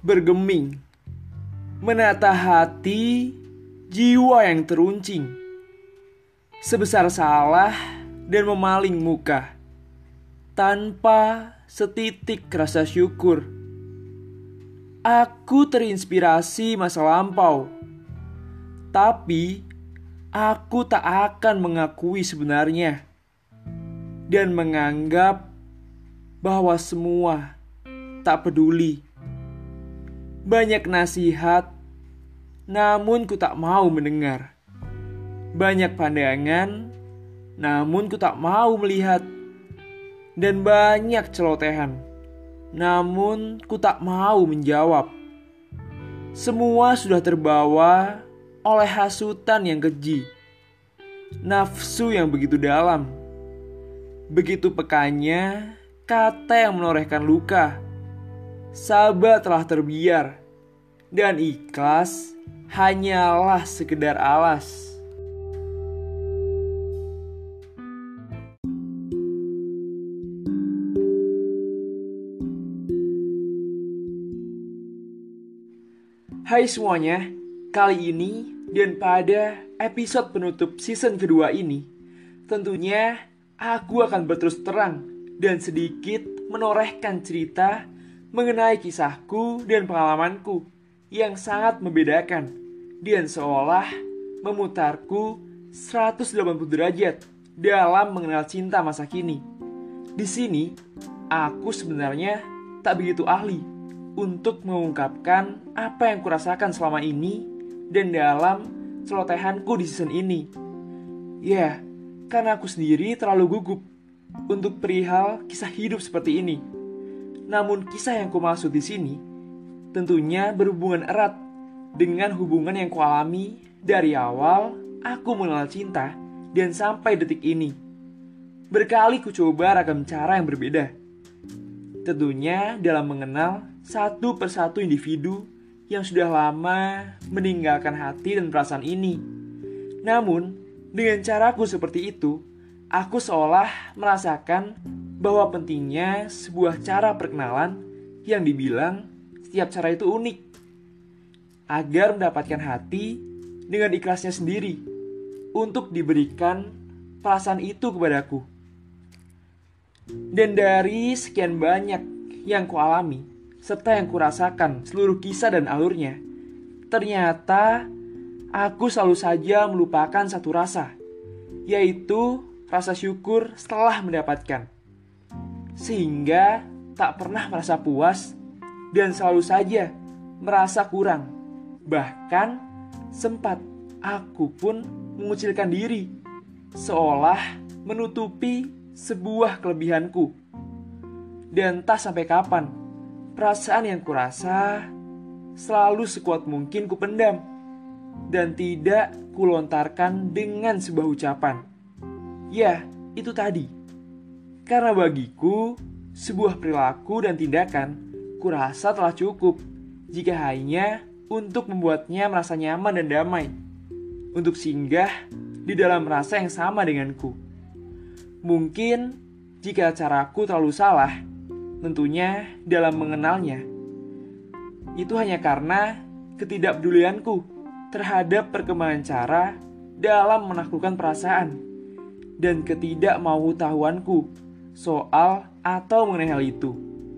bergeming, menata hati jiwa yang teruncing, sebesar salah dan memaling muka, tanpa setitik rasa syukur. Aku terinspirasi masa lampau, tapi aku tak akan mengakui sebenarnya dan menganggap bahwa semua tak peduli. Banyak nasihat, namun ku tak mau mendengar. Banyak pandangan, namun ku tak mau melihat. Dan banyak celotehan, namun ku tak mau menjawab. Semua sudah terbawa oleh hasutan yang keji, nafsu yang begitu dalam. Begitu pekanya kata yang menorehkan luka. Sabar telah terbiar, dan ikhlas hanyalah sekedar alas. Hai semuanya, kali ini dan pada episode penutup season kedua ini, tentunya aku akan berterus terang dan sedikit menorehkan cerita mengenai kisahku dan pengalamanku yang sangat membedakan dan seolah memutarku 180 derajat dalam mengenal cinta masa kini. Di sini, aku sebenarnya tak begitu ahli untuk mengungkapkan apa yang kurasakan selama ini dan dalam celotehanku di season ini. Ya, karena aku sendiri terlalu gugup untuk perihal kisah hidup seperti ini. Namun kisah yang kumaksud di sini tentunya berhubungan erat dengan hubungan yang kualami dari awal aku mengenal cinta dan sampai detik ini. Berkali ku coba ragam cara yang berbeda. Tentunya dalam mengenal satu persatu individu yang sudah lama meninggalkan hati dan perasaan ini. Namun, dengan caraku seperti itu, aku seolah merasakan bahwa pentingnya sebuah cara perkenalan yang dibilang setiap cara itu unik, agar mendapatkan hati dengan ikhlasnya sendiri untuk diberikan perasaan itu kepadaku. Dan dari sekian banyak yang kualami serta yang kurasakan seluruh kisah dan alurnya, ternyata aku selalu saja melupakan satu rasa, yaitu rasa syukur setelah mendapatkan. Sehingga tak pernah merasa puas dan selalu saja merasa kurang. Bahkan sempat aku pun mengucilkan diri, seolah menutupi sebuah kelebihanku. Dan tak sampai kapan perasaan yang kurasa selalu sekuat mungkin kupendam dan tidak kulontarkan dengan sebuah ucapan. Ya, itu tadi. Karena bagiku, sebuah perilaku dan tindakan kurasa telah cukup jika hanya untuk membuatnya merasa nyaman dan damai, untuk singgah di dalam rasa yang sama denganku. Mungkin jika caraku terlalu salah, tentunya dalam mengenalnya, itu hanya karena ketidakpedulianku terhadap perkembangan cara dalam menaklukkan perasaan dan ketidakmautahuanku soal atau mengenai hal itu.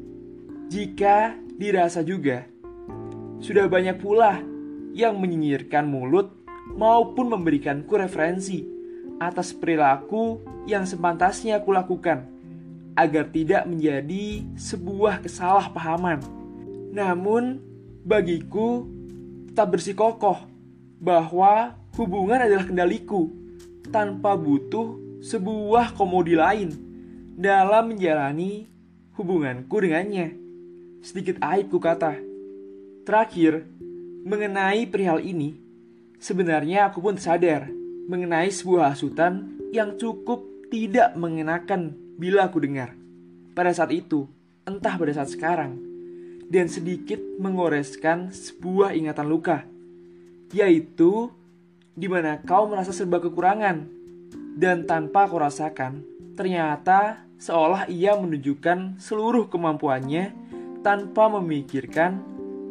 Jika dirasa juga, sudah banyak pula yang menyinyirkan mulut maupun memberikanku referensi atas perilaku yang sepantasnya kulakukan agar tidak menjadi sebuah kesalahpahaman. Namun, bagiku tetap bersikokoh bahwa hubungan adalah kendaliku tanpa butuh sebuah komodi lain dalam menjalani hubunganku dengannya. Sedikit aib ku kata. Terakhir, mengenai perihal ini, sebenarnya aku pun sadar mengenai sebuah hasutan yang cukup tidak mengenakan bila aku dengar pada saat itu, entah pada saat sekarang, dan sedikit mengoreskan sebuah ingatan luka, yaitu di mana kau merasa serba kekurangan dan tanpa kau rasakan, ternyata seolah ia menunjukkan seluruh kemampuannya tanpa memikirkan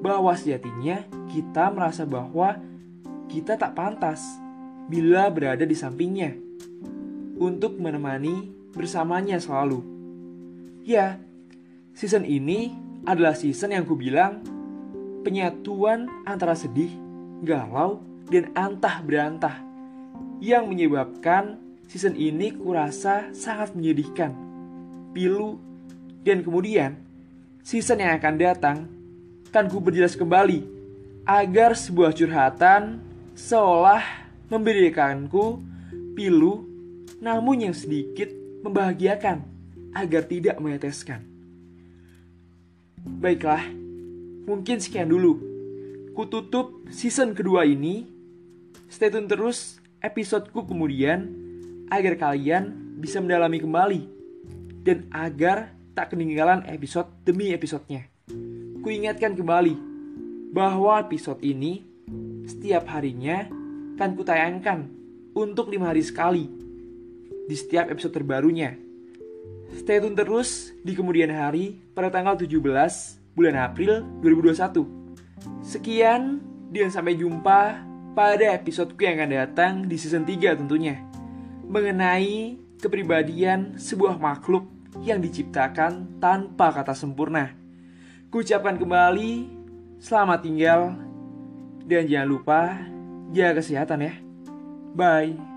bahwa sejatinya kita merasa bahwa kita tak pantas bila berada di sampingnya untuk menemani bersamanya selalu. Ya, season ini adalah season yang kubilang penyatuan antara sedih, galau, dan antah berantah yang menyebabkan season ini kurasa sangat menyedihkan, pilu, dan kemudian season yang akan datang kan ku berjelas kembali agar sebuah curhatan seolah memberikanku pilu namun yang sedikit membahagiakan agar tidak meneteskan. Baiklah, mungkin sekian dulu. Ku tutup season kedua ini. Stay tune terus episodeku kemudian agar kalian bisa mendalami kembali dan agar tak ketinggalan episode demi episodenya. Ku ingatkan kembali bahwa episode ini setiap harinya akan kutayangkan untuk 5 hari sekali di setiap episode terbarunya. Stay tune terus di kemudian hari pada tanggal 17 bulan April 2021. Sekian dan sampai jumpa pada episodeku yang akan datang di season 3 tentunya, mengenai kepribadian sebuah makhluk yang diciptakan tanpa kata sempurna. Kuucapkan kembali selamat tinggal dan jangan lupa jaga kesehatan ya. Bye.